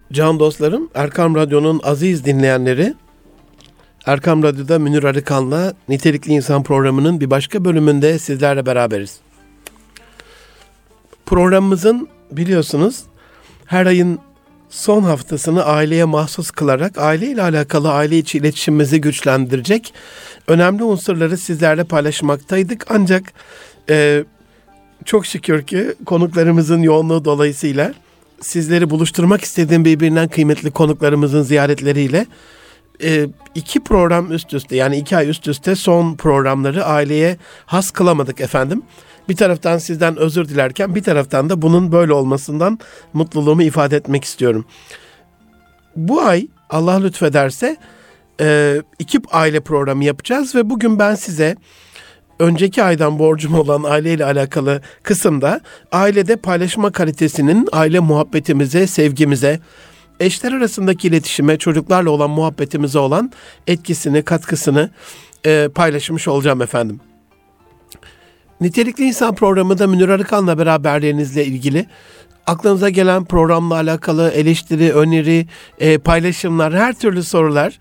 Can dostlarım, Erkam Radyo'nun aziz dinleyenleri, Erkam Radyo'da Münir Arıkan'la Nitelikli İnsan programının bir başka bölümünde sizlerle beraberiz. Programımızın biliyorsunuz her ayın son haftasını aileye mahsus kılarak aileyle alakalı aile içi iletişimimizi güçlendirecek önemli unsurları sizlerle paylaşmaktaydık. Ancak çok şükür ki konuklarımızın yoğunluğu dolayısıyla sizleri buluşturmak istediğim birbirinden kıymetli konuklarımızın ziyaretleriyle 2 program üst üste, yani 2 ay üst üste son programları aileye has kılamadık efendim. Bir taraftan sizden özür dilerken bir taraftan da bunun böyle olmasından mutluluğumu ifade etmek istiyorum. Bu ay Allah lütfederse 2 aile programı yapacağız ve bugün ben size önceki aydan borcum olan aileyle alakalı kısımda ailede paylaşma kalitesinin aile muhabbetimize, sevgimize, eşler arasındaki iletişime, çocuklarla olan muhabbetimize olan etkisini, katkısını paylaşmış olacağım efendim. Nitelikli İnsan programında Münir Arıkan'la beraberliğinizle ilgili aklınıza gelen programla alakalı eleştiri, öneri, paylaşımlar, her türlü sorular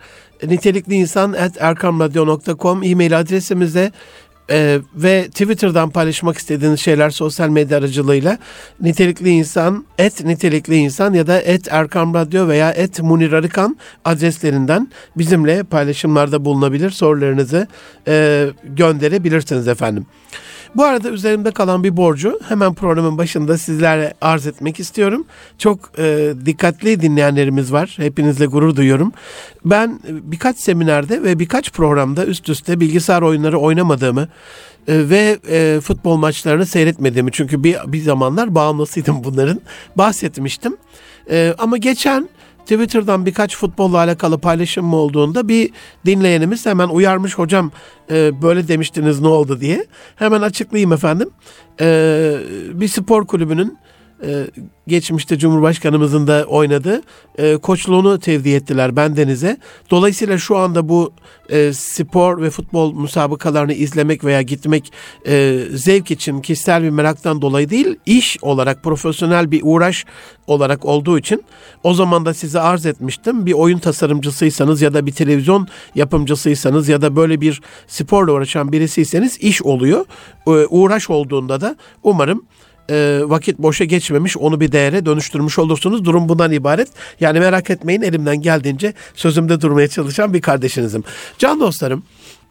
nitelikliinsan@erkamradyo.com e-mail adresimizde ve Twitter'dan paylaşmak istediğiniz şeyler sosyal medya aracılığıyla @nitelikliinsan ya da @erkamradyo veya @munirarıkan adreslerinden bizimle paylaşımlarda bulunabilir, sorularınızı gönderebilirsiniz efendim. Bu arada üzerimde kalan bir borcu hemen programın başında sizlere arz etmek istiyorum. Çok dikkatli dinleyenlerimiz var. Hepinizle gurur duyuyorum. Ben birkaç seminerde ve birkaç programda üst üste bilgisayar oyunları oynamadığımı ve futbol maçlarını seyretmediğimi, çünkü bir zamanlar bağımlısıydım bunların, bahsetmiştim. Ama geçen Twitter'dan birkaç futbolla alakalı paylaşım olduğunda bir dinleyenimiz hemen uyarmış, hocam böyle demiştiniz ne oldu diye. Hemen açıklayayım efendim. Bir spor kulübünün geçmişte Cumhurbaşkanımızın da oynadığı koçluğunu tevdi ettiler bendeniz'e. Dolayısıyla şu anda bu spor ve futbol müsabakalarını izlemek veya gitmek zevk için, kişisel bir meraktan dolayı değil, iş olarak, profesyonel bir uğraş olarak olduğu için o zaman da size arz etmiştim. Bir oyun tasarımcısıysanız ya da bir televizyon yapımcısıysanız ya da böyle bir sporla uğraşan birisiyseniz iş oluyor. Uğraş olduğunda da umarım vakit boşa geçmemiş, onu bir değere dönüştürmüş olursunuz. Durum bundan ibaret. Yani merak etmeyin, elimden geldiğince sözümde durmaya çalışan bir kardeşinizim. Can dostlarım,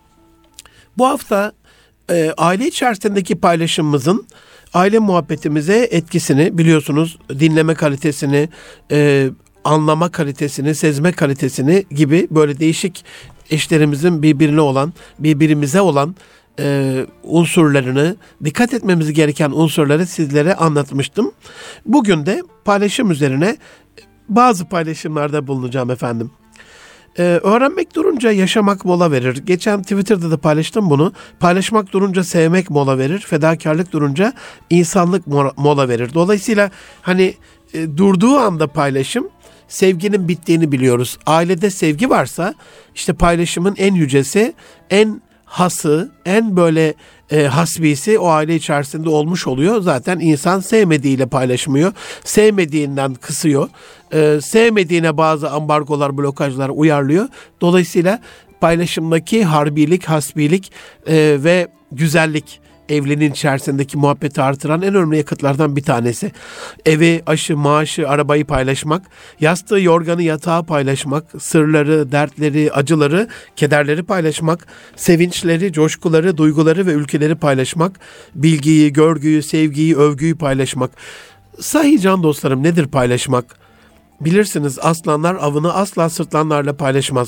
bu hafta aile içerisindeki paylaşımımızın aile muhabbetimize etkisini biliyorsunuz, dinleme kalitesini, anlama kalitesini, sezme kalitesini gibi böyle değişik eşlerimizin birbirimize olan unsurlarını, dikkat etmemiz gereken unsurları sizlere anlatmıştım. Bugün de paylaşım üzerine bazı paylaşımlarda bulunacağım efendim. Öğrenmek durunca yaşamak mola verir. Geçen Twitter'da da paylaştım bunu. Paylaşmak durunca sevmek mola verir. Fedakarlık durunca insanlık mola verir. Dolayısıyla hani durduğu anda paylaşım, sevginin bittiğini biliyoruz. Ailede sevgi varsa işte paylaşımın en yücesi, en hası, en böyle hasbisi o aile içerisinde olmuş oluyor. Zaten insan sevmediğiyle paylaşmıyor. Sevmediğinden kısıyor. Sevmediğine bazı ambargolar, blokajlar uyarlıyor. Dolayısıyla paylaşımdaki harbilik, hasbilik ve güzellik evliliğin içerisindeki muhabbeti artıran en önemli yakıtlardan bir tanesi. Evi, aşı, maaşı, arabayı paylaşmak, yastığı, yorganı, yatağı paylaşmak, sırları, dertleri, acıları, kederleri paylaşmak, sevinçleri, coşkuları, duyguları ve ülkeleri paylaşmak, bilgiyi, görgüyü, sevgiyi, övgüyü paylaşmak. Sahi can dostlarım, nedir paylaşmak? Bilirsiniz, aslanlar avını asla sırtlanlarla paylaşmaz.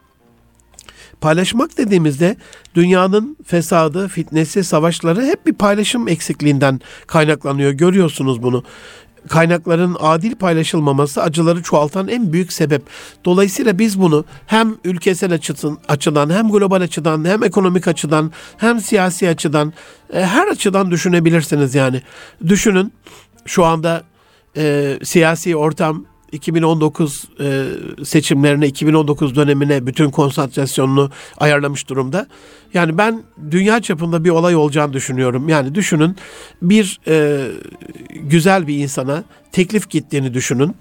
Paylaşmak dediğimizde dünyanın fesadı, fitnesi, savaşları hep bir paylaşım eksikliğinden kaynaklanıyor. Görüyorsunuz bunu. Kaynakların adil paylaşılmaması acıları çoğaltan en büyük sebep. Dolayısıyla biz bunu hem ülkesel açıdan, hem global açıdan, hem ekonomik açıdan, hem siyasi açıdan, her açıdan düşünebilirsiniz yani. Düşünün, şu anda siyasi ortam 2019 seçimlerine, 2019 dönemine bütün konsantrasyonunu ayarlamış durumda. Yani ben dünya çapında bir olay olacağını düşünüyorum. Yani düşünün, bir güzel bir insana teklif gittiğini düşünün.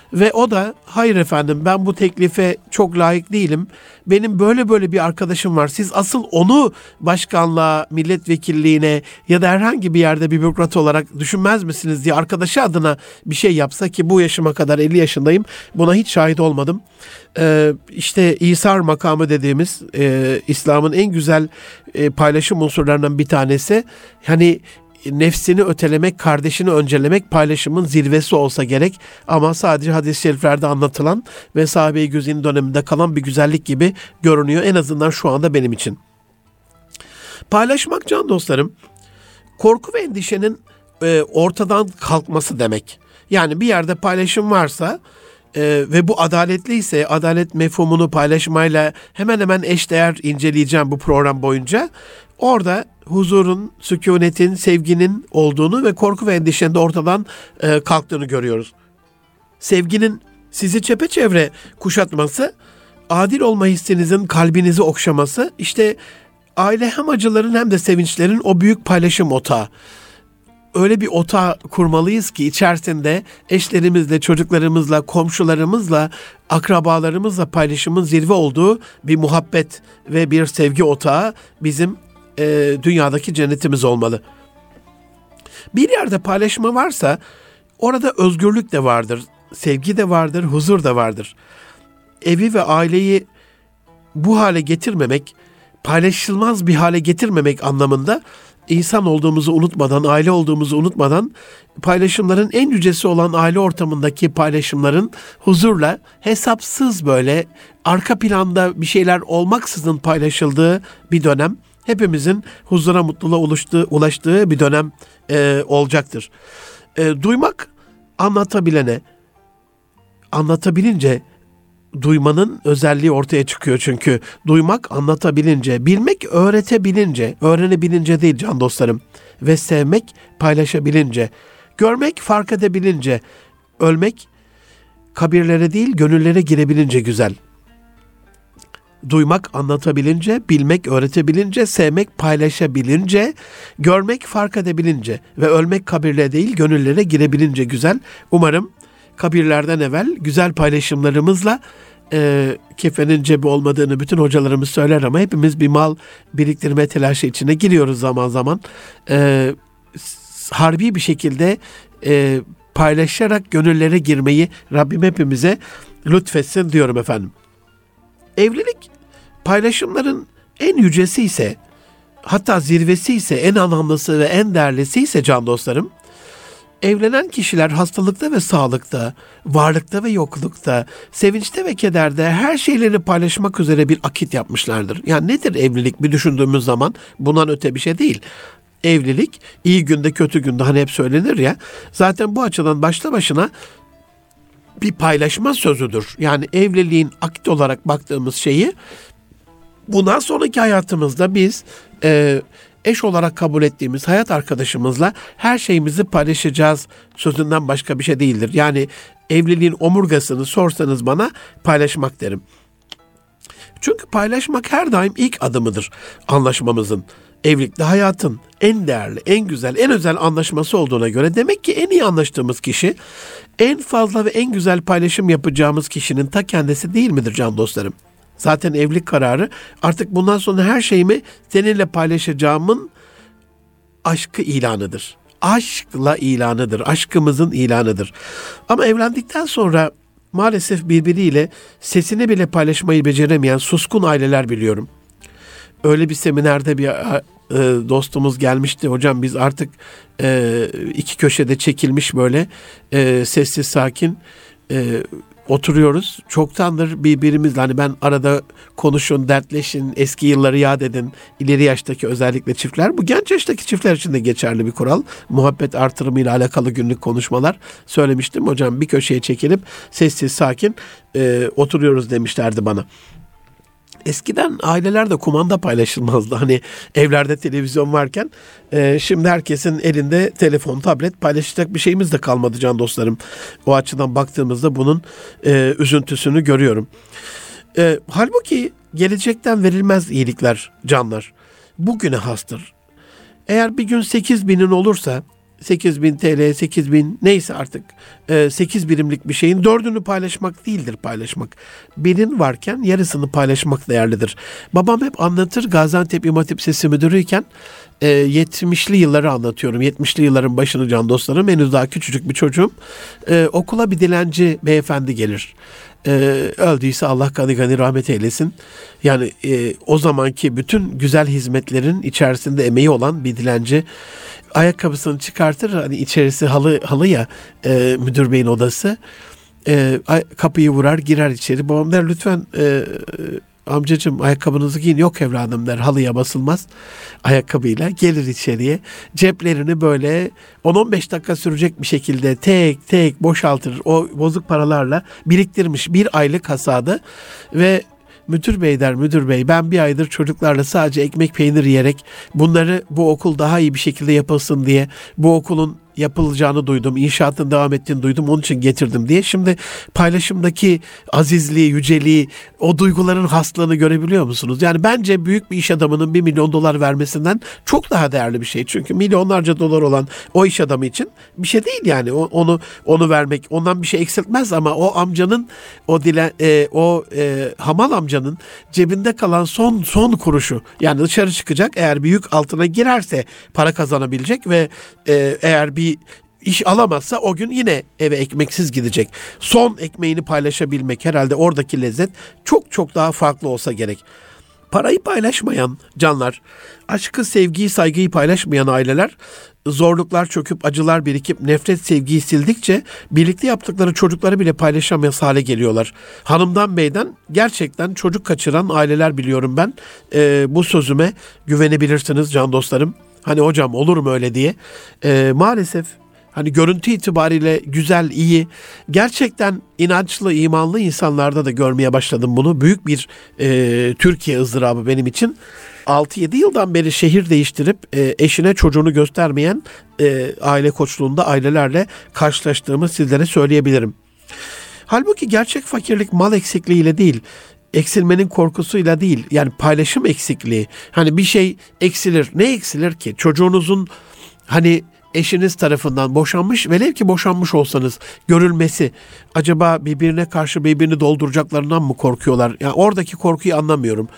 Ve o da hayır efendim ben bu teklife çok layık değilim. Benim böyle bir arkadaşım var. Siz asıl onu başkanlığa, milletvekilliğine ya da herhangi bir yerde bir bürokrat olarak düşünmez misiniz diye arkadaşı adına bir şey yapsa, ki bu yaşıma kadar 50 yaşındayım. Buna hiç şahit olmadım. İşte İsar makamı dediğimiz İslam'ın en güzel paylaşım unsurlarından bir tanesi. Hani nefsini ötelemek, kardeşini öncelemek paylaşımın zirvesi olsa gerek. Ama sadece hadis-i şeriflerde anlatılan ve sahabe-i güzin döneminde kalan bir güzellik gibi görünüyor. En azından şu anda benim için. Paylaşmak can dostlarım, korku ve endişenin ortadan kalkması demek. Yani bir yerde paylaşım varsa ve bu adaletliyse, adalet mefhumunu paylaşmayla hemen hemen eşdeğer inceleyeceğim bu program boyunca. Orada huzurun, sükunetin, sevginin olduğunu ve korku ve endişenin de ortadan kalktığını görüyoruz. Sevginin sizi çepeçevre kuşatması, adil olma hissinizin kalbinizi okşaması, işte aile hem acıların hem de sevinçlerin o büyük paylaşım otağı. Öyle bir otağı kurmalıyız ki içerisinde eşlerimizle, çocuklarımızla, komşularımızla, akrabalarımızla paylaşımın zirve olduğu bir muhabbet ve bir sevgi otağı bizim dünyadaki cennetimiz olmalı. Bir yerde paylaşma varsa orada özgürlük de vardır, sevgi de vardır, huzur da vardır. Evi ve aileyi bu hale getirmemek, paylaşılmaz bir hale getirmemek anlamında insan olduğumuzu unutmadan, aile olduğumuzu unutmadan paylaşımların en yücesi olan aile ortamındaki paylaşımların huzurla, hesapsız böyle arka planda bir şeyler olmaksızın paylaşıldığı bir dönem hepimizin huzura, mutluluğa ulaştığı bir dönem olacaktır. Duymak anlatabilene, anlatabilince duymanın özelliği ortaya çıkıyor çünkü. Duymak anlatabilince, bilmek öğretebilince, öğrenebilince değil can dostlarım. Ve sevmek paylaşabilince, görmek fark edebilince, ölmek kabirlere değil gönüllere girebilince güzel. Duymak anlatabilince, bilmek öğretebilince, sevmek paylaşabilince, görmek fark edebilince ve ölmek kabirlere değil gönüllere girebilince güzel. Umarım kabirlerden evvel güzel paylaşımlarımızla kefenin cebi olmadığını bütün hocalarımız söyler ama hepimiz bir mal biriktirme telaşı içine giriyoruz zaman zaman. Harbi bir şekilde paylaşarak gönüllere girmeyi Rabbim hepimize lütfetsin diyorum efendim. Evlilik paylaşımların en yücesi ise, hatta zirvesi ise, en anlamlısı ve en değerlisi ise can dostlarım, evlenen kişiler hastalıkta ve sağlıkta, varlıkta ve yoklukta, sevinçte ve kederde her şeylerini paylaşmak üzere bir akit yapmışlardır. Yani nedir evlilik bir düşündüğümüz zaman? Bundan öte bir şey değil. Evlilik iyi günde kötü günde hani hep söylenir ya, zaten bu açıdan başlı başına bir paylaşma sözüdür. Yani evliliğin akit olarak baktığımız şeyi bundan sonraki hayatımızda biz eş olarak kabul ettiğimiz hayat arkadaşımızla her şeyimizi paylaşacağız sözünden başka bir şey değildir. Yani evliliğin omurgasını sorsanız bana paylaşmak derim. Çünkü paylaşmak her daim ilk adımıdır anlaşmamızın. Evlilikte hayatın en değerli, en güzel, en özel anlaşması olduğuna göre demek ki en iyi anlaştığımız kişi, en fazla ve en güzel paylaşım yapacağımız kişinin ta kendisi değil midir can dostlarım? Zaten evlilik kararı artık bundan sonra her şeyimi seninle paylaşacağımın aşkı ilanıdır. Aşkla ilanıdır, aşkımızın ilanıdır. Ama evlendikten sonra maalesef birbiriyle sesini bile paylaşmayı beceremeyen suskun aileler biliyorum. Öyle bir seminerde bir dostumuz gelmişti. Hocam biz artık iki köşede çekilmiş böyle sessiz sakin oturuyoruz. Çoktandır birbirimizle hani ben arada konuşun, dertleşin, eski yılları yad edin. İleri yaştaki özellikle çiftler. Bu genç yaştaki çiftler için de geçerli bir kural. Muhabbet artırımıyla alakalı günlük konuşmalar söylemiştim. Hocam bir köşeye çekilip sessiz sakin oturuyoruz demişlerdi bana. Eskiden ailelerde kumanda paylaşılmazdı. Hani evlerde televizyon varken şimdi herkesin elinde telefon, tablet, paylaşacak bir şeyimiz de kalmadı can dostlarım. O açıdan baktığımızda bunun üzüntüsünü görüyorum. Halbuki gelecekten verilmez iyilikler canlar bugüne hastır. Eğer bir gün 8.000'in olursa 8.000 TL, 8.000 neyse artık 8 birimlik bir şeyin 4'ünü paylaşmak değildir paylaşmak. Binin varken yarısını paylaşmak değerlidir. Babam hep anlatır, Gaziantep İmam Hatip Lisesi müdürüyken 70'li yılları anlatıyorum. 70'li yılların başını can dostlarım. Henüz daha küçücük bir çocuğum. Okula bir dilenci beyefendi gelir. Öldüyse Allah gani gani rahmet eylesin. Yani o zamanki bütün güzel hizmetlerin içerisinde emeği olan bir dilenci ayakkabısını çıkartır. Hani içerisi halı ya, müdür beyin odası. Kapıyı vurar, girer içeri. Babam der lütfen amcacığım ayakkabınızı giyin. Yok evladım der, halıya basılmaz. Ayakkabıyla gelir içeriye. Ceplerini böyle 10-15 dakika sürecek bir şekilde tek tek boşaltır. O bozuk paralarla biriktirmiş bir aylık hasadı ve müdür bey der, müdür bey ben bir aydır çocuklarla sadece ekmek peynir yiyerek bunları bu okul daha iyi bir şekilde yapılsın diye bu okulun yapılacağını duydum, inşaatın devam ettiğini duydum, onun için getirdim diye. Şimdi paylaşımdaki azizliği, yüceliği, o duyguların hastalığını görebiliyor musunuz? Yani bence büyük bir iş adamının 1 milyon dolar vermesinden çok daha değerli bir şey. Çünkü milyonlarca dolar olan o iş adamı için bir şey değil yani. Onu vermek ondan bir şey eksiltmez ama o amcanın, hamal amcanın cebinde kalan son kuruşu, yani dışarı çıkacak, eğer bir yük altına girerse para kazanabilecek ve eğer bir iş alamazsa o gün yine eve ekmeksiz gidecek. Son ekmeğini paylaşabilmek, herhalde oradaki lezzet çok çok daha farklı olsa gerek. Parayı paylaşmayan canlar, aşkı, sevgiyi, saygıyı paylaşmayan aileler, zorluklar çöküp acılar birikip nefret, sevgiyi sildikçe birlikte yaptıkları çocukları bile paylaşamaz hale geliyorlar. Hanımdan beyden gerçekten çocuk kaçıran aileler biliyorum ben. Bu sözüme güvenebilirsiniz can dostlarım. Hani hocam olur mu öyle diye. Maalesef hani görüntü itibariyle güzel, iyi, gerçekten inançlı, imanlı insanlarda da görmeye başladım bunu. Büyük bir Türkiye ızdırabı benim için. 6-7 yıldan beri şehir değiştirip eşine çocuğunu göstermeyen aile koçluğunda ailelerle karşılaştığımı sizlere söyleyebilirim. Halbuki gerçek fakirlik mal eksikliğiyle değil, eksilmenin korkusuyla değil, yani paylaşım eksikliği. Hani bir şey eksilir. Ne eksilir ki? Çocuğunuzun hani eşiniz tarafından boşanmış, velev ki boşanmış olsanız görülmesi, acaba birbirine karşı birbirini dolduracaklarından mı korkuyorlar? Yani oradaki korkuyu anlamıyorum.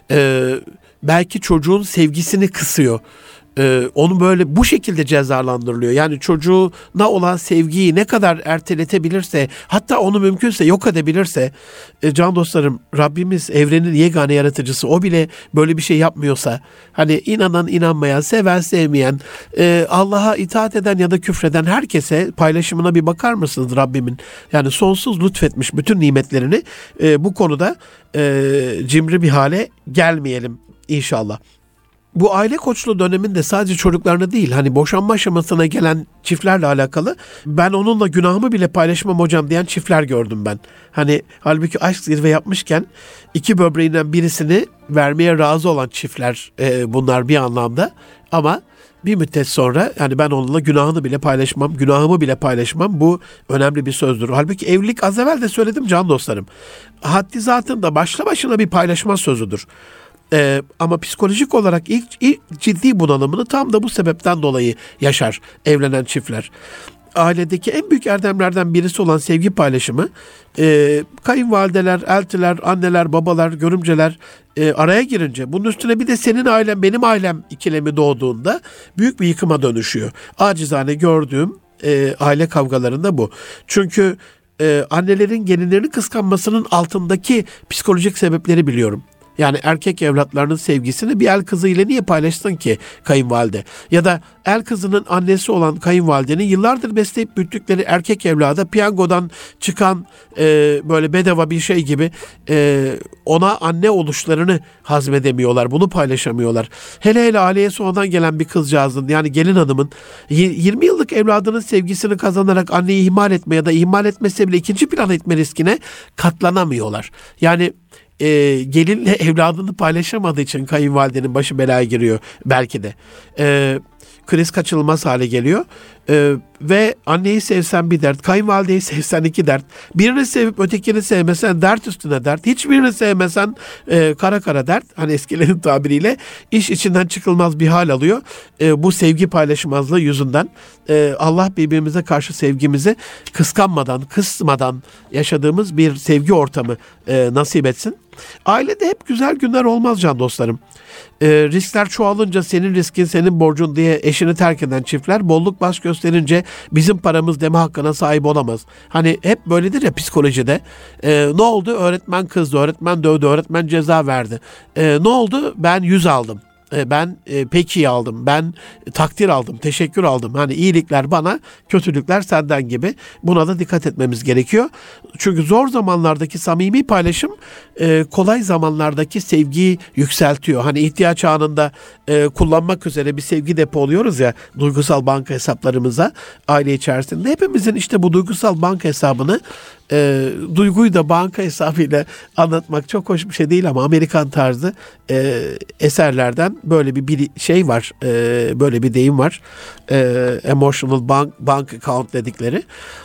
Belki çocuğun sevgisini kısıyor. Onu böyle bu şekilde cezalandırılıyor. Yani çocuğuna olan sevgiyi ne kadar erteletebilirse, hatta onu mümkünse yok edebilirse, can dostlarım, Rabbimiz evrenin yegane yaratıcısı, o bile böyle bir şey yapmıyorsa, hani inanan inanmayan, seven sevmeyen, Allah'a itaat eden ya da küfreden herkese paylaşımına bir bakar mısınız Rabbimin? Yani sonsuz lütfetmiş bütün nimetlerini, bu konuda cimri bir hale gelmeyelim inşallah. Bu aile koçluğu döneminde sadece çocuklarına değil, hani boşanma aşamasına gelen çiftlerle alakalı, ben onunla günahımı bile paylaşmam hocam diyen çiftler gördüm ben. Hani halbuki aşk zirve yapmışken 2 böbreğinden birisini vermeye razı olan çiftler bunlar bir anlamda, ama bir müddet sonra yani ben onunla günahımı bile paylaşmam, bu önemli bir sözdür. Halbuki evlilik, az evvel de söyledim can dostlarım, haddi zatında başlı başına bir paylaşma sözüdür. Ama psikolojik olarak ilk ciddi bunalımını tam da bu sebepten dolayı yaşar evlenen çiftler. Ailedeki en büyük erdemlerden birisi olan sevgi paylaşımı, kayınvalideler, eltiler, anneler, babalar, görümceler araya girince, bunun üstüne bir de senin ailen, benim ailem ikilemi doğduğunda büyük bir yıkıma dönüşüyor. Acizane gördüğüm aile kavgalarında bu. Çünkü annelerin gelinlerini kıskanmasının altındaki psikolojik sebepleri biliyorum. Yani erkek evlatlarının sevgisini bir el kızı ile niye paylaşsın ki kayınvalide? Ya da el kızının annesi olan kayınvalidenin yıllardır besleyip büyüttükleri erkek evlada piyangodan çıkan böyle bedava bir şey gibi ona anne oluşlarını hazmedemiyorlar. Bunu paylaşamıyorlar. Hele aileye sonradan gelen bir kızcağızın, yani gelin hanımın 20 yıllık evladının sevgisini kazanarak anneyi ihmal etme ya da ihmal etmese bile ikinci plan etme riskine katlanamıyorlar. Yani gelinle evladını paylaşamadığı için kayınvalidenin başı belaya giriyor belki de. Kriz kaçınılmaz hale geliyor. Ve anneyi sevsen bir dert, kayınvalideyi sevsen iki dert, birini sevip ötekini sevmesen dert üstüne dert, hiçbirini sevmesen kara kara dert. Hani eskilerin tabiriyle iş içinden çıkılmaz bir hal alıyor. Bu sevgi paylaşmazlığı yüzünden Allah birbirimize karşı sevgimizi kıskanmadan, kısmadan yaşadığımız bir sevgi ortamı nasip etsin. Ailede hep güzel günler olmaz can dostlarım. Riskler çoğalınca senin riskin senin borcun diye eşini terk eden çiftler bolluk baş gösterince bizim paramız deme hakkına sahip olamaz. Hani hep böyledir ya psikolojide. Ne oldu? Öğretmen kızdı, öğretmen dövdü, öğretmen ceza verdi. Ne oldu? Ben 100 aldım. Ben peki aldım, ben takdir aldım, teşekkür aldım. Hani iyilikler bana, kötülükler senden gibi. Buna da dikkat etmemiz gerekiyor. Çünkü zor zamanlardaki samimi paylaşım kolay zamanlardaki sevgiyi yükseltiyor. Hani ihtiyaç anında kullanmak üzere bir sevgi depoluyoruz ya duygusal banka hesaplarımıza aile içerisinde. Hepimizin işte bu duygusal banka hesabını duyguyu da banka hesabıyla anlatmak çok hoş bir şey değil ama Amerikan tarzı eserlerden böyle bir şey var, böyle bir deyim var. Emotional bank account dedikleri.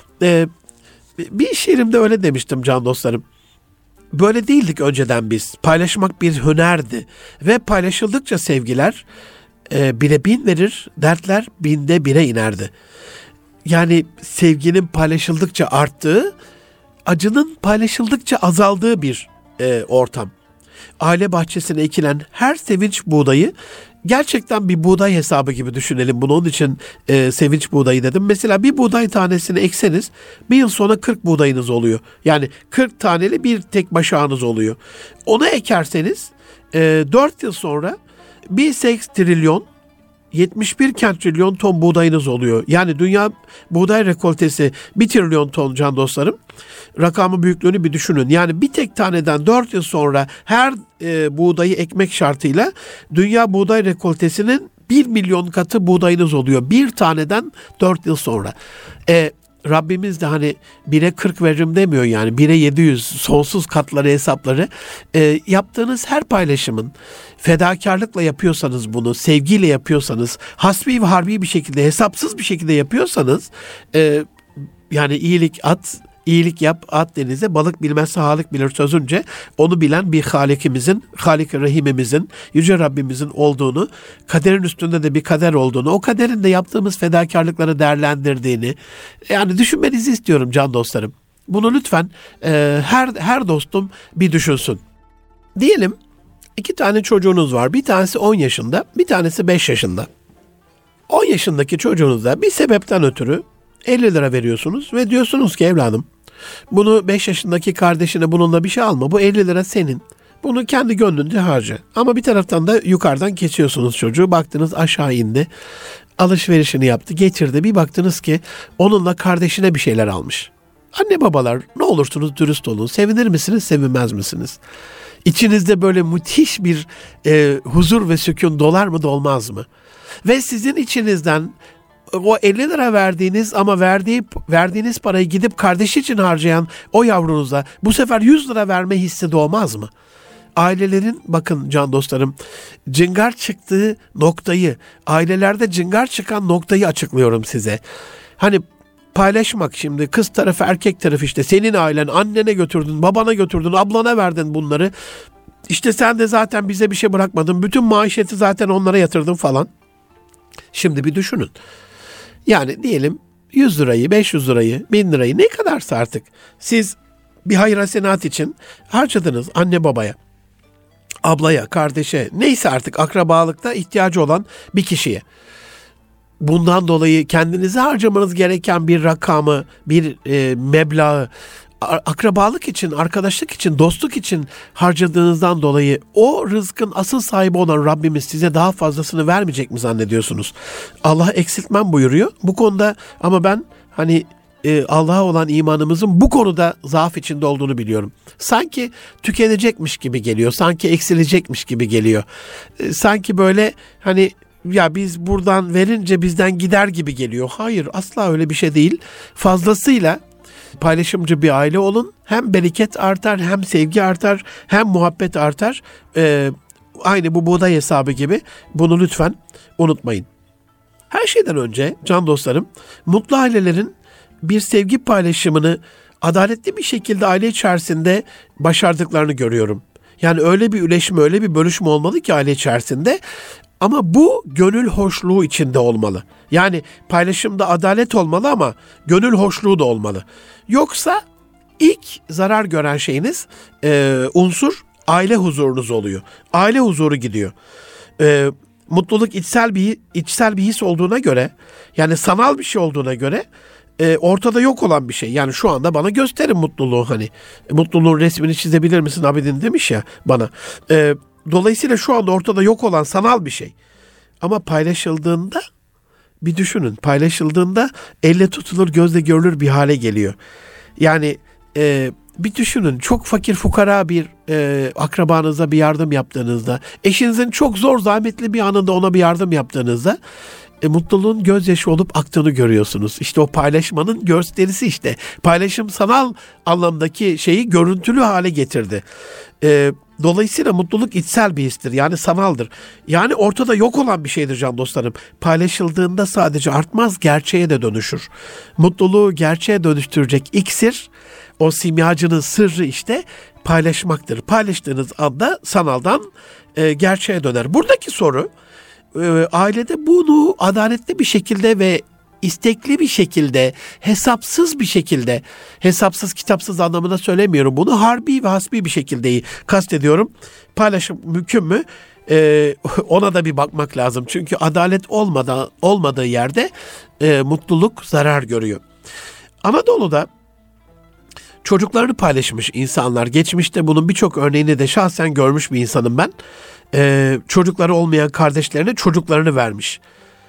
Bir şiirimde öyle demiştim can dostlarım. Böyle değildik önceden biz. Paylaşmak bir hünerdi ve paylaşıldıkça sevgiler bire bin verir, dertler binde bire inerdi. Yani sevginin paylaşıldıkça arttığı, acının paylaşıldıkça azaldığı bir ortam. Aile bahçesine ekilen her sevinç buğdayı gerçekten bir buğday hesabı gibi düşünelim. Bunu onun için sevinç buğdayı dedim. Mesela bir buğday tanesini ekseniz bir yıl sonra 40 buğdayınız oluyor. Yani 40 taneli bir tek başağınız oluyor. Onu ekerseniz 4 yıl sonra 1,8 trilyon 71 kentrilyon ton buğdayınız oluyor. Yani dünya buğday rekoltesi 1 trilyon ton can dostlarım. Rakamın büyüklüğünü bir düşünün. Yani bir tek taneden 4 yıl sonra her buğdayı ekmek şartıyla dünya buğday rekoltesinin 1 milyon katı buğdayınız oluyor. Bir taneden 4 yıl sonra. Rabbimiz de hani 1'e 40 veririm demiyor yani 1'e 700 sonsuz katları hesapları. Yaptığınız her paylaşımın fedakarlıkla yapıyorsanız bunu, sevgiyle yapıyorsanız, hasbi ve harbi bir şekilde, hesapsız bir şekilde yapıyorsanız yani iyilik yap at denize, balık bilmezse halık bilir sözünce onu bilen bir Halik-i Rahim'imizin, Yüce Rabbimizin olduğunu, kaderin üstünde de bir kader olduğunu, o kaderin de yaptığımız fedakarlıkları değerlendirdiğini yani düşünmenizi istiyorum can dostlarım. Bunu lütfen her dostum bir düşünsün. Diyelim 2 tane çocuğunuz var. Bir tanesi 10 yaşında, bir tanesi 5 yaşında. 10 yaşındaki çocuğunuza bir sebepten ötürü 50 lira veriyorsunuz ve diyorsunuz ki evladım bunu 5 yaşındaki kardeşine bununla bir şey alma. Bu 50 lira senin. Bunu kendi gönlünce harca. Ama bir taraftan da yukarıdan kesiyorsunuz çocuğu. Baktınız aşağı indi. Alışverişini yaptı, getirdi. Bir baktınız ki onunla kardeşine bir şeyler almış. Anne babalar ne olursunuz dürüst olun. Sevinir misiniz, sevinmez misiniz? İçinizde böyle müthiş bir huzur ve sükun dolar mı dolmaz mı? Ve sizin içinizden o 50 lira verdiğiniz ama verdiğiniz parayı gidip kardeşi için harcayan o yavrunuza bu sefer 100 lira verme hissi doğmaz mı? Ailelerin bakın can dostlarım cıngar çıktığı noktayı, ailelerde cıngar çıkan noktayı açıklıyorum size. Hani paylaşmak şimdi kız tarafı erkek tarafı işte senin ailen annene götürdün, babana götürdün, ablana verdin bunları. İşte sen de zaten bize bir şey bırakmadın. Bütün maişeti zaten onlara yatırdın falan. Şimdi bir düşünün. Yani diyelim 100 lirayı, 500 lirayı, 1000 lirayı ne kadarsa artık siz bir hayır hasenat için harcadınız anne babaya, ablaya, kardeşe, neyse artık akrabalıkta ihtiyacı olan bir kişiye. Bundan dolayı kendinize harcamanız gereken bir rakamı, bir meblağı akrabalık için, arkadaşlık için, dostluk için harcadığınızdan dolayı o rızkın asıl sahibi olan Rabbimiz size daha fazlasını vermeyecek mi zannediyorsunuz? Allah eksiltmem buyuruyor. Bu konuda ama ben hani Allah'a olan imanımızın bu konuda zaaf içinde olduğunu biliyorum. Sanki tükenecekmiş gibi geliyor, sanki eksilecekmiş gibi geliyor. Sanki böyle hani ya biz buradan verince bizden gider gibi geliyor. Hayır, asla öyle bir şey değil. Fazlasıyla paylaşımcı bir aile olun. Hem bereket artar, hem sevgi artar, hem muhabbet artar. Aynı bu buğday hesabı gibi. Bunu lütfen unutmayın. Her şeyden önce can dostlarım, mutlu ailelerin bir sevgi paylaşımını adaletli bir şekilde aile içerisinde başardıklarını görüyorum. Yani öyle bir üleşme, öyle bir bölüşme olmalı ki aile içerisinde. Ama bu gönül hoşluğu içinde olmalı. Yani paylaşımda adalet olmalı ama gönül hoşluğu da olmalı. Yoksa ilk zarar gören şeyiniz unsur aile huzurunuz oluyor. Aile huzuru gidiyor. Mutluluk içsel bir his olduğuna göre, yani sanal bir şey olduğuna göre ortada yok olan bir şey. Yani şu anda bana gösterin mutluluğu, hani mutluluğun resmini çizebilir misin Abidin demiş ya bana. Dolayısıyla şu anda ortada yok olan sanal bir şey. Ama paylaşıldığında bir düşünün. Paylaşıldığında elle tutulur, gözle görülür bir hale geliyor. Yani bir düşünün, çok fakir fukara bir akrabanıza bir yardım yaptığınızda, eşinizin çok zor zahmetli bir anında ona bir yardım yaptığınızda mutluluğun gözyaşı olup aktığını görüyorsunuz. İşte o paylaşmanın gösterisi işte. Paylaşım sanal anlamdaki şeyi görüntülü hale getirdi. Dolayısıyla mutluluk içsel bir histir. Yani sanaldır. Yani ortada yok olan bir şeydir can dostlarım. Paylaşıldığında sadece artmaz, gerçeğe de dönüşür. Mutluluğu gerçeğe dönüştürecek iksir, o simyacının sırrı işte paylaşmaktır. Paylaştığınız anda sanaldan gerçeğe döner. Buradaki soru, ailede bunu adaletli bir şekilde ve istekli bir şekilde, hesapsız bir şekilde, hesapsız kitapsız anlamında söylemiyorum bunu, harbi ve hasbi bir şekilde kastediyorum. Paylaşım mümkün mü? Ona da bir bakmak lazım. Çünkü adalet olmadığı yerde mutluluk zarar görüyor. Anadolu'da çocuklarını paylaşmış insanlar. Geçmişte bunun birçok örneğini de şahsen görmüş bir insanım ben. Çocukları olmayan kardeşlerine çocuklarını vermiş.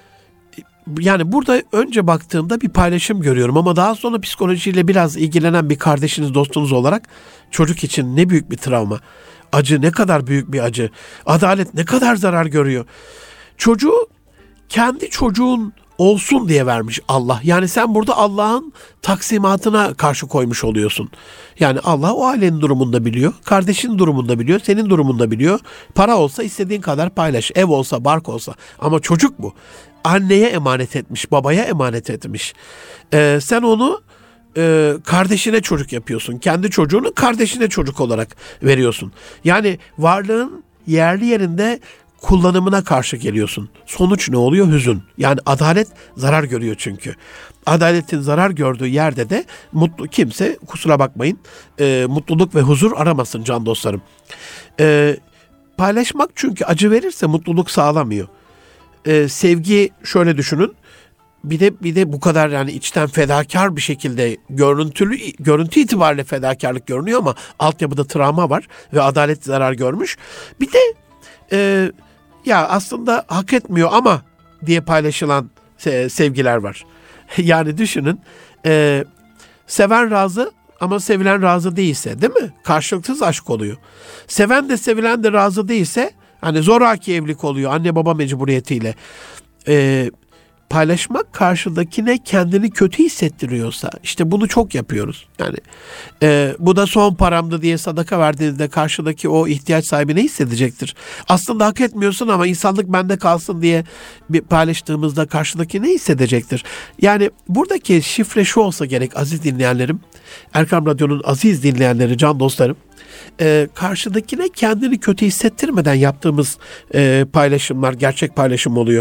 Yani burada önce baktığımda bir paylaşım görüyorum ama daha sonra psikolojiyle biraz ilgilenen bir kardeşiniz, dostunuz olarak çocuk için ne büyük bir travma. Acı ne kadar büyük bir acı. Adalet ne kadar zarar görüyor. Çocuğu kendi çocuğun olsun diye vermiş Allah. Yani sen burada Allah'ın taksimatına karşı koymuş oluyorsun. Yani Allah o ailenin durumunu da biliyor. Kardeşin durumunu da biliyor. Senin durumunu da biliyor. Para olsa istediğin kadar paylaş. Ev olsa, bark olsa. Ama çocuk bu. Anneye emanet etmiş, babaya emanet etmiş. Sen onu kardeşine çocuk yapıyorsun. Kendi çocuğunu kardeşine çocuk olarak veriyorsun. Yani varlığın yerli yerinde kullanımına karşı geliyorsun. Sonuç ne oluyor? Hüzün. Yani adalet zarar görüyor çünkü. Adaletin zarar gördüğü yerde de kimse, kusura bakmayın, mutluluk ve huzur aramasın can dostlarım. Paylaşmak çünkü acı verirse mutluluk sağlamıyor. Sevgi, şöyle düşünün. Bir de bu kadar yani içten fedakar bir şekilde görüntü itibariyle fedakarlık görünüyor ama altyapıda travma var ve adalet zarar görmüş. Bir de ya aslında hak etmiyor ama diye paylaşılan sevgiler var. Yani düşünün, seven razı ama sevilen razı değilse, değil mi? Karşılıksız aşk oluyor. Seven de sevilen de razı değilse, hani zoraki evlilik oluyor anne baba mecburiyetiyle. Paylaşmak karşıdakine kendini kötü hissettiriyorsa, işte bunu çok yapıyoruz. Yani bu da son paramdı diye sadaka verdiğinizde karşıdaki o ihtiyaç sahibi ne hissedecektir? Aslında hak etmiyorsun ama insanlık bende kalsın diye bir paylaştığımızda karşıdaki ne hissedecektir? Yani buradaki şifre şu olsa gerek aziz dinleyenlerim, Erkam Radyo'nun aziz dinleyenleri, can dostlarım. Karşıdakine kendini kötü hissettirmeden yaptığımız paylaşımlar gerçek paylaşım oluyor.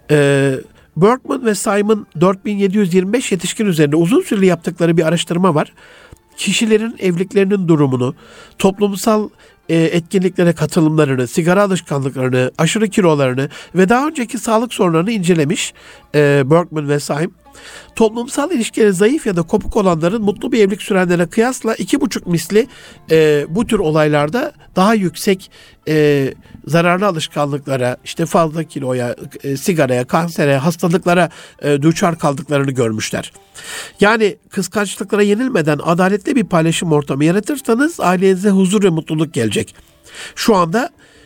Berkman ve Simon 4725 yetişkin üzerinde uzun süreli yaptıkları bir araştırma var. Kişilerin evliliklerinin durumunu, toplumsal etkinliklere katılımlarını, sigara alışkanlıklarını, aşırı kilolarını ve daha önceki sağlık sorunlarını incelemiş Berkman ve Simon. Toplumsal ilişkileri zayıf ya da kopuk olanların mutlu bir evlilik sürenlere kıyasla 2,5 misli bu tür olaylarda daha yüksek zararlı alışkanlıklara, işte fazla kiloya, sigaraya, kansere, hastalıklara düçar kaldıklarını görmüşler. Yani kıskançlıklara yenilmeden adaletli bir paylaşım ortamı yaratırsanız ailenize huzur ve mutluluk gelecek. Şu anda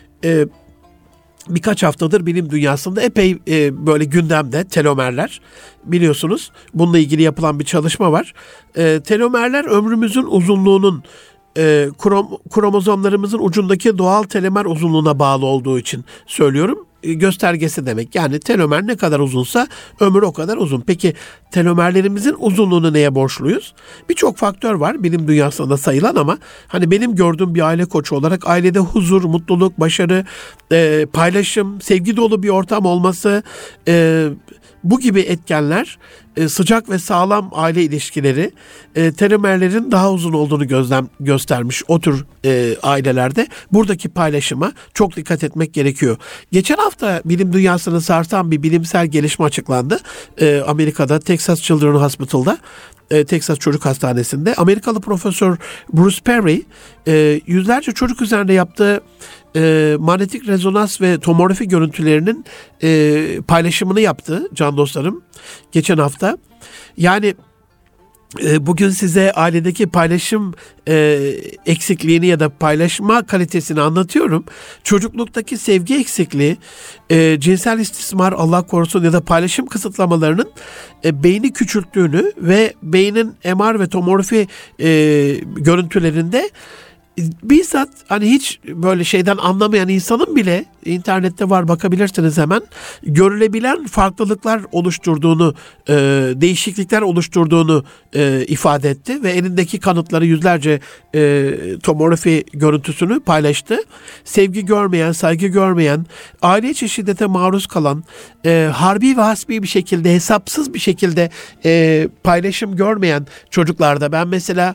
birkaç haftadır bilim dünyasında epey böyle gündemde telomerler, biliyorsunuz. Bununla ilgili yapılan bir çalışma var. Telomerler ömrümüzün uzunluğunun kromozomlarımızın ucundaki doğal telomer uzunluğuna bağlı olduğu için söylüyorum. göstergesi demek. Yani telomer ne kadar uzunsa ömür o kadar uzun. Peki telomerlerimizin uzunluğunu neye borçluyuz? Birçok faktör var bilim dünyasında sayılan ama hani benim gördüğüm bir aile koçu olarak ailede huzur, mutluluk, başarı, paylaşım, sevgi dolu bir ortam olması, bu gibi etkenler, sıcak ve sağlam aile ilişkileri telomerlerin daha uzun olduğunu göstermiş o tür ailelerde. Buradaki paylaşıma çok dikkat etmek gerekiyor. Geçen hafta bilim dünyasını sarsan bir bilimsel gelişme açıklandı. Amerika'da Texas Children's Hospital'da, Texas Çocuk Hastanesi'nde Amerikalı Profesör Bruce Perry yüzlerce çocuk üzerinde yaptığı manyetik rezonans ve tomografi görüntülerinin paylaşımını yaptı can dostlarım geçen hafta. Yani bugün size ailedeki paylaşım eksikliğini ya da paylaşma kalitesini anlatıyorum. Çocukluktaki sevgi eksikliği, cinsel istismar Allah korusun ya da paylaşım kısıtlamalarının beyni küçülttüğünü ve beynin MR ve tomografi görüntülerinde bizzat hani hiç böyle şeyden anlamayan insanın bile, internette var bakabilirsiniz hemen, görülebilen farklılıklar oluşturduğunu, değişiklikler oluşturduğunu ifade etti ve elindeki kanıtları yüzlerce tomografi görüntüsünü paylaştı. Sevgi görmeyen, saygı görmeyen, aile içi şiddete maruz kalan, harbi ve hasbi bir şekilde, hesapsız bir şekilde paylaşım görmeyen çocuklarda ben mesela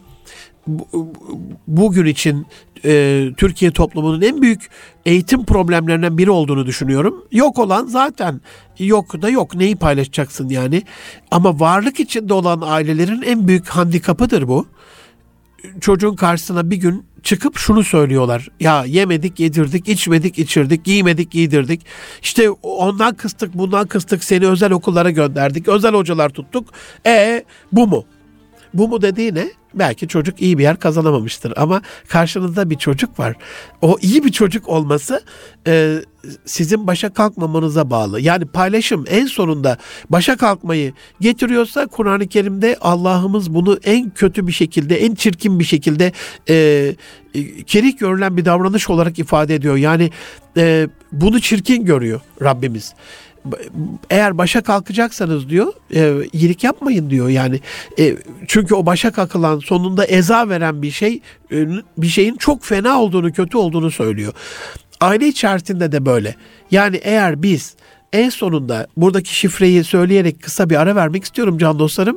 bugün için Türkiye toplumunun en büyük eğitim problemlerinden biri olduğunu düşünüyorum. Yok olan zaten yok da yok. Neyi paylaşacaksın yani? Ama varlık içinde olan ailelerin en büyük handikapıdır bu. Çocuğun karşısına bir gün çıkıp şunu söylüyorlar. Ya yemedik yedirdik, içmedik içirdik, giymedik giydirdik. İşte ondan kıstık, bundan kıstık, seni özel okullara gönderdik, özel hocalar tuttuk. Bu mu? Bu mu dediği ne? Belki çocuk iyi bir yer kazanamamıştır ama karşınızda bir çocuk var. O iyi bir çocuk olması sizin başa kalkmamanıza bağlı. Yani paylaşım en sonunda başa kalkmayı getiriyorsa Kur'an-ı Kerim'de Allah'ımız bunu en kötü bir şekilde, en çirkin bir şekilde kerih görülen bir davranış olarak ifade ediyor. Yani bunu çirkin görüyor Rabbimiz. Eğer başa kalkacaksanız diyor, iyilik yapmayın diyor yani. Çünkü o başa kalkılan, sonunda eza veren bir şeyin çok fena olduğunu, kötü olduğunu söylüyor. Aile içerisinde de böyle. Yani eğer biz en sonunda buradaki şifreyi söyleyerek kısa bir ara vermek istiyorum can dostlarım.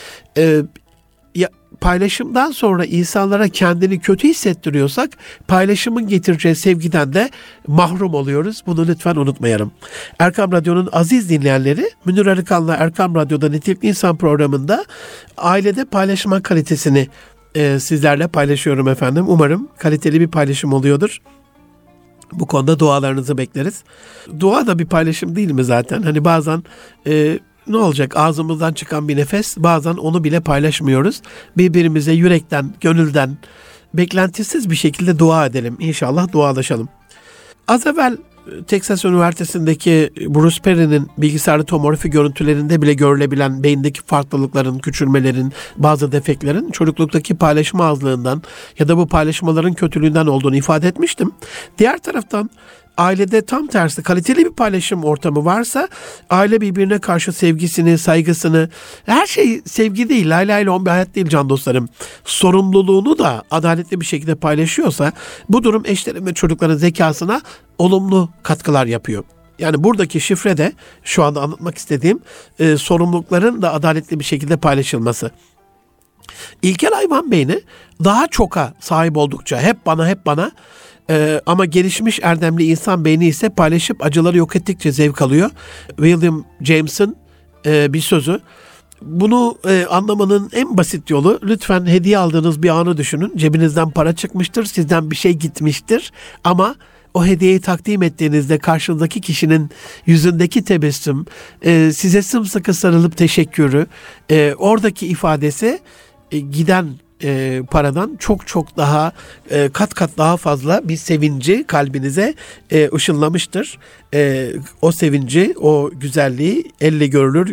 Paylaşımdan sonra insanlara kendini kötü hissettiriyorsak paylaşımın getireceği sevgiden de mahrum oluyoruz. Bunu lütfen unutmayalım. Erkam Radyo'nun aziz dinleyenleri, Münir Arıkan'la Erkam Radyo'da Nitelikli İnsan programında ailede paylaşma kalitesini sizlerle paylaşıyorum efendim. Umarım kaliteli bir paylaşım oluyordur. Bu konuda dualarınızı bekleriz. Dua da bir paylaşım değil mi zaten? Hani bazen ne olacak? Ağzımızdan çıkan bir nefes, bazen onu bile paylaşmıyoruz. Birbirimize yürekten, gönülden, beklentisiz bir şekilde dua edelim. İnşallah dualaşalım. Az evvel Texas Üniversitesi'ndeki Bruce Perry'nin bilgisayarlı tomografi görüntülerinde bile görülebilen beyindeki farklılıkların, küçülmelerin, bazı defeklerin çocukluktaki paylaşma azlığından ya da bu paylaşmaların kötülüğünden olduğunu ifade etmiştim. Diğer taraftan ailede tam tersi kaliteli bir paylaşım ortamı varsa aile birbirine karşı sevgisini, saygısını, her şey sevgi değil, lay lay lon bir hayat değil can dostlarım. Sorumluluğunu da adaletli bir şekilde paylaşıyorsa bu durum eşlerin ve çocukların zekasına olumlu katkılar yapıyor. Yani buradaki şifre de şu anda anlatmak istediğim sorumlulukların da adaletli bir şekilde paylaşılması. İlkel hayvan beyni daha çoka sahip oldukça hep bana ama gelişmiş erdemli insan beyni ise paylaşıp acıları yok ettikçe zevk alıyor. William James'in bir sözü. Bunu anlamanın en basit yolu, lütfen hediye aldığınız bir anı düşünün. Cebinizden para çıkmıştır, sizden bir şey gitmiştir ama o hediyeyi takdim ettiğinizde karşınızdaki kişinin yüzündeki tebessüm, size sımsıkı sarılıp teşekkürü, oradaki ifadesi giden paradan çok daha kat kat daha fazla bir sevinci kalbinize ışınlamıştır. O sevinci, o güzelliği elle görülür,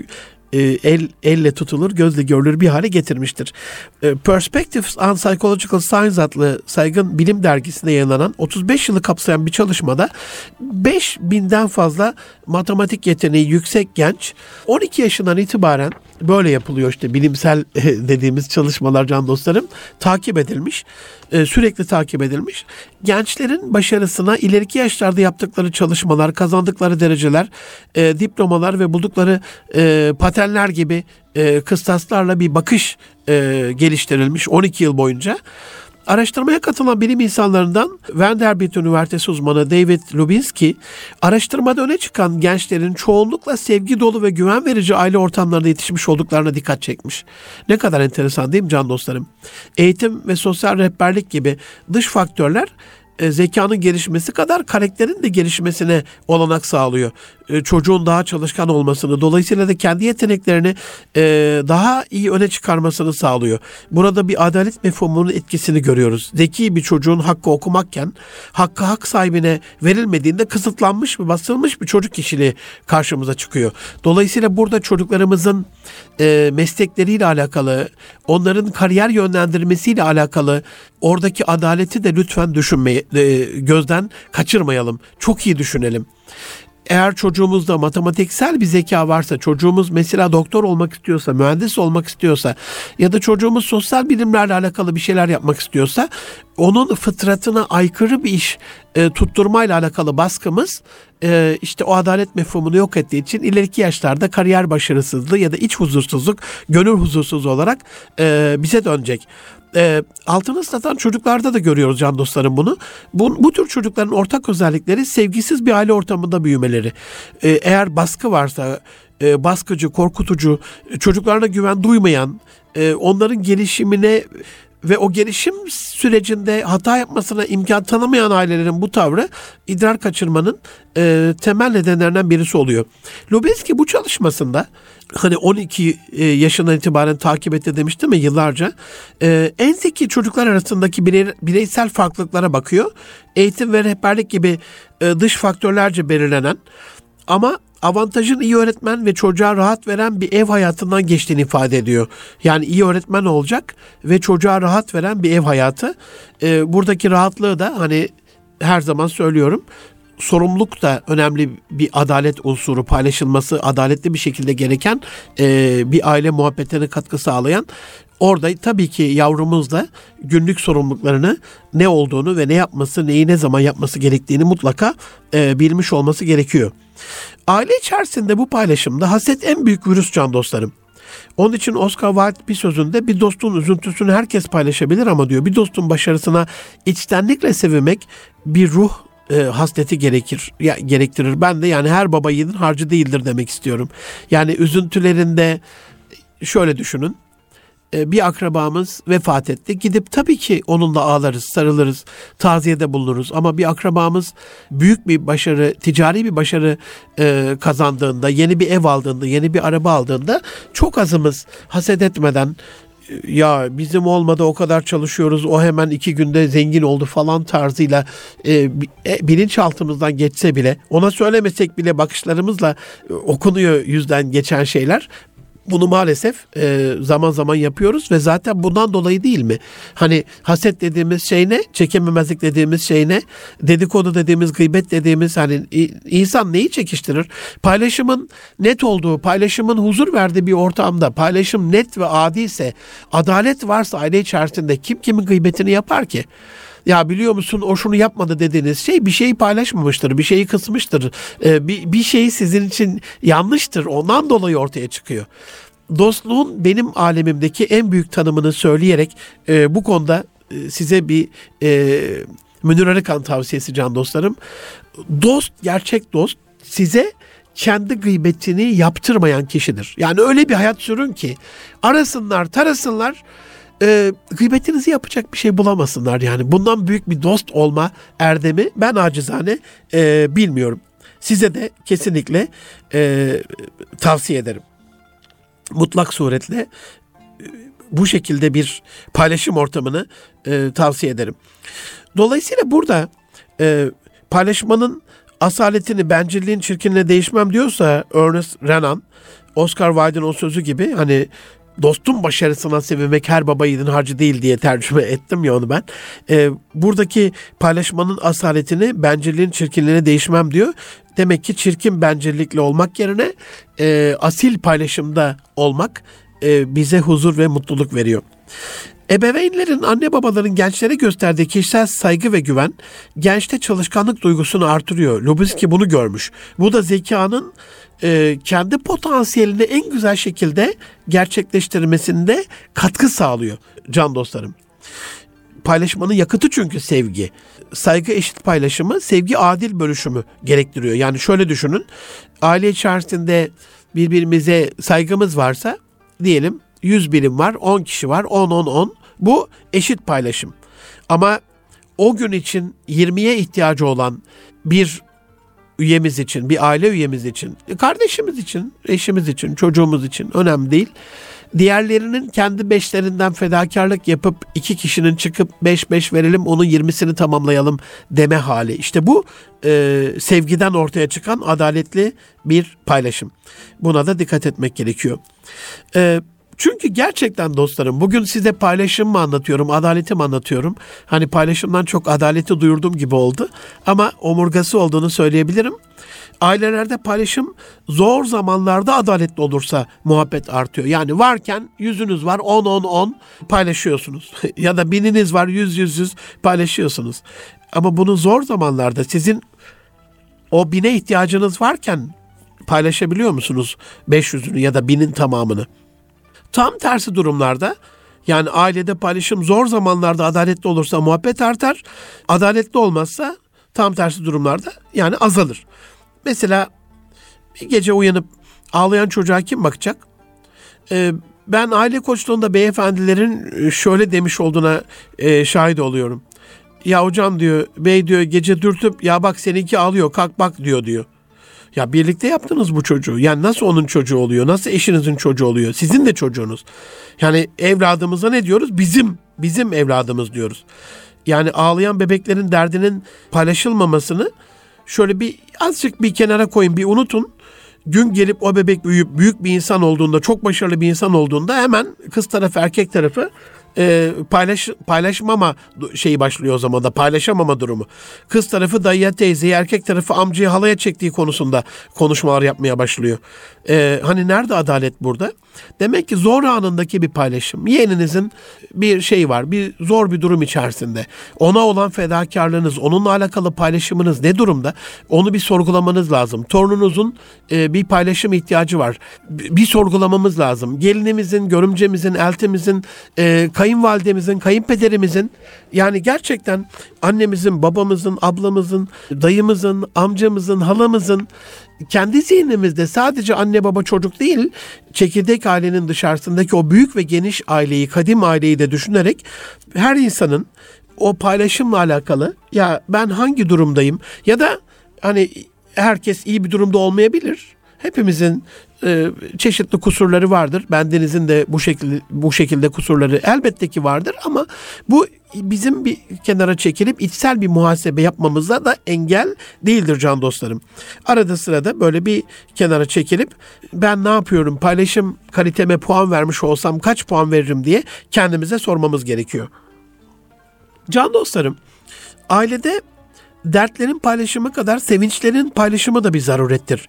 elle tutulur, gözle görülür bir hale getirmiştir. Perspectives on Psychological Science adlı saygın bilim dergisinde yayınlanan 35 yılı kapsayan bir çalışmada 5000'den fazla matematik yeteneği yüksek genç 12 yaşından itibaren böyle yapılıyor işte bilimsel dediğimiz çalışmalar can dostlarım takip edilmiş. Sürekli takip edilmiş. Gençlerin başarısına ileriki yaşlarda yaptıkları çalışmalar, kazandıkları dereceler, diplomalar ve buldukları patentler gibi kıstaslarla bir bakış geliştirilmiş 12 yıl boyunca. Araştırmaya katılan bilim insanlarından Vanderbilt Üniversitesi uzmanı David Lubinski, araştırmada öne çıkan gençlerin çoğunlukla sevgi dolu ve güven verici aile ortamlarında yetişmiş olduklarına dikkat çekmiş. Ne kadar enteresan değil mi can dostlarım? Eğitim ve sosyal rehberlik gibi dış faktörler zekanın gelişmesi kadar karakterin de gelişmesine olanak sağlıyor. Çocuğun daha çalışkan olmasını, dolayısıyla da kendi yeteneklerini daha iyi öne çıkarmasını sağlıyor. Burada bir adalet mefhumunun etkisini görüyoruz. Zeki bir çocuğun hakkı okumakken, hakkı hak sahibine verilmediğinde kısıtlanmış ve basılmış bir çocuk kişiliği karşımıza çıkıyor. Dolayısıyla burada çocuklarımızın meslekleriyle alakalı, onların kariyer yönlendirmesiyle alakalı oradaki adaleti de lütfen gözden kaçırmayalım. Çok iyi düşünelim. Eğer çocuğumuzda matematiksel bir zeka varsa, çocuğumuz mesela doktor olmak istiyorsa, mühendis olmak istiyorsa ya da çocuğumuz sosyal bilimlerle alakalı bir şeyler yapmak istiyorsa, onun fıtratına aykırı bir iş tutturmayla alakalı baskımız işte o adalet mefhumunu yok ettiği için ileriki yaşlarda kariyer başarısızlığı ya da iç huzursuzluk, gönül huzursuzluğu olarak bize dönecek. Altını ıslatan çocuklarda da görüyoruz can dostlarım bunu. Bu tür çocukların ortak özellikleri sevgisiz bir aile ortamında büyümeleri. Eğer baskı varsa, baskıcı, korkutucu, çocuklarına güven duymayan, onların gelişimine ve o gelişim sürecinde hata yapmasına imkan tanımayan ailelerin bu tavrı idrar kaçırmanın temel nedenlerinden birisi oluyor. Lubinski bu çalışmasında hani 12 yaşından itibaren takip etti demiştim ya yıllarca. En zeki çocuklar arasındaki bireysel farklılıklara bakıyor. Eğitim ve rehberlik gibi dış faktörlerce belirlenen ama avantajın iyi öğretmen ve çocuğa rahat veren bir ev hayatından geçtiğini ifade ediyor. Yani iyi öğretmen olacak ve çocuğa rahat veren bir ev hayatı. Buradaki rahatlığı da hani her zaman söylüyorum, sorumluluk da önemli bir adalet unsuru, paylaşılması adaletli bir şekilde gereken bir aile muhabbetine katkı sağlayan. Orada tabii ki yavrumuz da günlük sorumluluklarını ne olduğunu ve ne yapması, neyi ne zaman yapması gerektiğini mutlaka bilmiş olması gerekiyor. Aile içerisinde bu paylaşımda haset en büyük virüs can dostlarım. Onun için Oscar Wilde bir sözünde bir dostun üzüntüsünü herkes paylaşabilir ama diyor bir dostun başarısına içtenlikle sevinmek bir ruh hasleti gerektirir. Ben de yani her baba yiğidin harcı değildir demek istiyorum. Yani üzüntülerinde şöyle düşünün. Bir akrabamız vefat etti. Gidip tabii ki onunla ağlarız, sarılırız, taziyede bulunuruz. Ama bir akrabamız büyük bir başarı, ticari bir başarı kazandığında, yeni bir ev aldığında, yeni bir araba aldığında çok azımız haset etmeden ya bizim olmadı o kadar çalışıyoruz, o hemen 2 günde zengin oldu falan tarzıyla bilinçaltımızdan geçse bile, ona söylemesek bile bakışlarımızla okunuyor yüzden geçen şeyler. Bunu maalesef zaman zaman yapıyoruz ve zaten bundan dolayı değil mi? Hani haset dediğimiz şey ne? Çekememezlik dediğimiz şey ne? Dedikodu dediğimiz, gıybet dediğimiz hani insan neyi çekiştirir? Paylaşımın net olduğu, paylaşımın huzur verdiği bir ortamda, paylaşım net ve adilse, adalet varsa aile içerisinde kim kimin gıybetini yapar ki? Ya biliyor musun o şunu yapmadı dediğiniz şey bir şeyi paylaşmamıştır, bir şeyi kısmıştır, bir şey sizin için yanlıştır. Ondan dolayı ortaya çıkıyor. Dostluğun benim alemimdeki en büyük tanımını söyleyerek bu konuda size bir Münir Arıkan tavsiyesi can dostlarım. Dost, gerçek dost size kendi gıybetini yaptırmayan kişidir. Yani öyle bir hayat sürün ki arasınlar, tarasınlar, gıybetinizi yapacak bir şey bulamasınlar. Yani bundan büyük bir dost olma erdemi ben acizane bilmiyorum. Size de kesinlikle tavsiye ederim. Mutlak suretle bu şekilde bir paylaşım ortamını tavsiye ederim. Dolayısıyla burada paylaşmanın asaletini, bencilliğin çirkinliğine değişmem diyorsa Ernest Renan, Oscar Wilde'in o sözü gibi, hani dostun başarısına sevinmek her baba yiğidin harcı değil diye tercüme ettim ya onu ben. Buradaki paylaşmanın asaletini, bencilliğin çirkinliğine değişmem diyor. Demek ki çirkin bencillikle olmak yerine asil paylaşımda olmak bize huzur ve mutluluk veriyor. Ebeveynlerin, anne babaların gençlere gösterdiği kişisel saygı ve güven gençte çalışkanlık duygusunu artırıyor. Lubinski bunu görmüş. Bu da zekanın kendi potansiyelini en güzel şekilde gerçekleştirmesinde katkı sağlıyor can dostlarım. Paylaşmanın yakıtı çünkü sevgi. Saygı eşit paylaşımı, sevgi adil bölüşümü gerektiriyor. Yani şöyle düşünün, aile içerisinde birbirimize saygımız varsa, diyelim 100 birim var, 10 kişi var, 10. Bu eşit paylaşım. Ama o gün için 20'ye ihtiyacı olan bir üyemiz için, bir aile üyemiz için, kardeşimiz için, eşimiz için, çocuğumuz için önemli değil. Diğerlerinin kendi 5'lerinden fedakarlık yapıp 2 kişinin çıkıp 5 verelim, onun 20'sini tamamlayalım deme hali. İşte bu sevgiden ortaya çıkan adaletli bir paylaşım. Buna da dikkat etmek gerekiyor. Çünkü gerçekten dostlarım, bugün size paylaşım mı anlatıyorum, adaleti mi anlatıyorum? Hani paylaşımdan çok adaleti duyurduğum gibi oldu. Ama omurgası olduğunu söyleyebilirim. Ailelerde paylaşım zor zamanlarda adaletli olursa muhabbet artıyor. Yani varken 100'ünüz var, 10 paylaşıyorsunuz. Ya da 1000'iniz var, 100 paylaşıyorsunuz. Ama bunu zor zamanlarda, sizin o 1000'e ihtiyacınız varken paylaşabiliyor musunuz 500'ünü ya da 1000'in tamamını? Tam tersi durumlarda, yani ailede paylaşım zor zamanlarda adaletli olursa muhabbet artar. Adaletli olmazsa tam tersi durumlarda yani azalır. Mesela bir gece uyanıp ağlayan çocuğa kim bakacak? Ben aile koçluğunda beyefendilerin şöyle demiş olduğuna şahit oluyorum. Ya hocam diyor, bey diyor, gece dürtüp ya bak seninki ağlıyor, kalk bak diyor. Ya birlikte yaptınız bu çocuğu. Yani nasıl onun çocuğu oluyor? Nasıl eşinizin çocuğu oluyor? Sizin de çocuğunuz. Yani evladımıza ne diyoruz? Bizim evladımız diyoruz. Yani ağlayan bebeklerin derdinin paylaşılmamasını şöyle bir azıcık bir kenara koyun, bir unutun. Gün gelip o bebek büyüyüp büyük bir insan olduğunda, çok başarılı bir insan olduğunda hemen kız tarafı, erkek tarafı paylaşmama şeyi başlıyor o zaman da, paylaşamama durumu. Kız tarafı dayıya, teyzeye, erkek tarafı amcaya, halaya çektiği konusunda konuşmalar yapmaya başlıyor. Hani nerede adalet burada? Demek ki zor anındaki bir paylaşım. Yeğeninizin bir şey var, zor bir durum içerisinde. Ona olan fedakarlığınız, onunla alakalı paylaşımınız ne durumda? Onu bir sorgulamanız lazım. Torununuzun bir paylaşım ihtiyacı var. Bir sorgulamamız lazım. Gelinimizin, görümcemizin, eltimizin, kayınvalidemizin, kayınpederimizin, yani gerçekten annemizin, babamızın, ablamızın, dayımızın, amcamızın, halamızın kendi zihnimizde sadece anne baba çocuk değil, çekirdek ailenin dışarısındaki o büyük ve geniş aileyi, kadim aileyi de düşünerek her insanın o paylaşımla alakalı, ya ben hangi durumdayım, ya da hani herkes iyi bir durumda olmayabilir. Hepimizin çeşitli kusurları vardır. Bendenizin de bu şekilde kusurları elbette ki vardır, ama bu bizim bir kenara çekilip içsel bir muhasebe yapmamıza da engel değildir can dostlarım. Arada sırada böyle bir kenara çekilip ben ne yapıyorum, paylaşım kaliteme puan vermiş olsam kaç puan veririm diye kendimize sormamız gerekiyor. Can dostlarım, ailede dertlerin paylaşımı kadar sevinçlerin paylaşımı da bir zarurettir.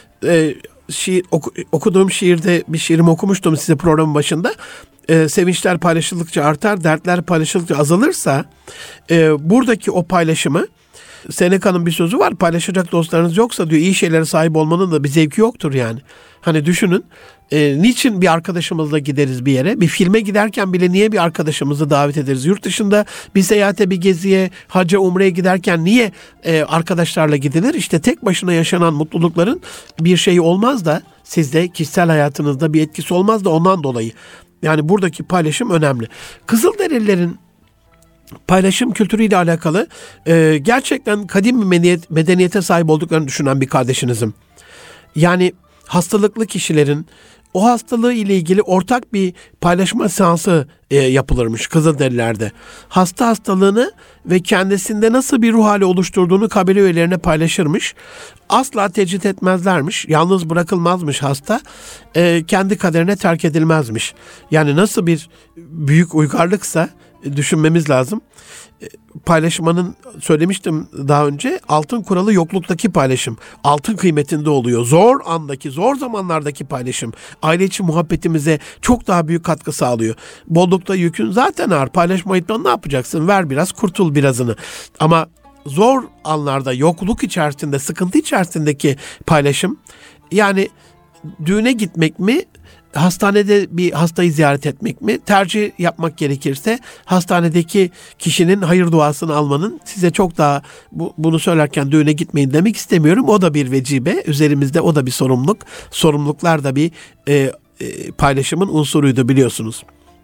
Okuduğum şiirde bir şiirimi okumuştum size programın başında. Sevinçler paylaşıldıkça artar, dertler paylaşıldıkça azalırsa buradaki o paylaşımı, Seneca'nın bir sözü var, paylaşacak dostlarınız yoksa diyor, iyi şeylere sahip olmanın da bir zevki yoktur yani. Hani düşünün, niçin bir arkadaşımızla gideriz bir yere? Bir filme giderken bile niye bir arkadaşımızı davet ederiz? Yurt dışında bir seyahate, bir geziye, hacca, umreye giderken niye arkadaşlarla gidilir? İşte tek başına yaşanan mutlulukların bir şeyi olmaz da, sizde kişisel hayatınızda bir etkisi olmaz da ondan dolayı. Yani buradaki paylaşım önemli. Kızılderililerin paylaşım kültürüyle alakalı gerçekten kadim bir medeniyete sahip olduklarını düşünen bir kardeşinizim. Yani hastalıklı kişilerin o hastalığı ile ilgili ortak bir paylaşma seansı yapılırmış Kızılderililerde. Hasta hastalığını ve kendisinde nasıl bir ruh hali oluşturduğunu kabile üyelerine paylaşırmış. Asla tecrit etmezlermiş. Yalnız bırakılmazmış hasta. Kendi kaderine terk edilmezmiş. Yani nasıl bir büyük uygarlıksa düşünmemiz lazım. Paylaşmanın, söylemiştim daha önce, altın kuralı yokluktaki paylaşım. Altın kıymetinde oluyor. Zor andaki, zor zamanlardaki paylaşım aile içi muhabbetimize çok daha büyük katkı sağlıyor. Bollukta yükün zaten ağır. Paylaşmayıp ne yapacaksın? Ver biraz, kurtul birazını. Ama zor anlarda, yokluk içerisinde, sıkıntı içerisindeki paylaşım, yani düğüne gitmek mi, hastanede bir hastayı ziyaret etmek mi? Tercih yapmak gerekirse hastanedeki kişinin hayır duasını almanın size çok daha, bunu söylerken düğüne gitmeyin demek istemiyorum. O da bir vecibe. Üzerimizde o da bir sorumluluk. Sorumluluklar da bir paylaşımın unsuruydu biliyorsunuz.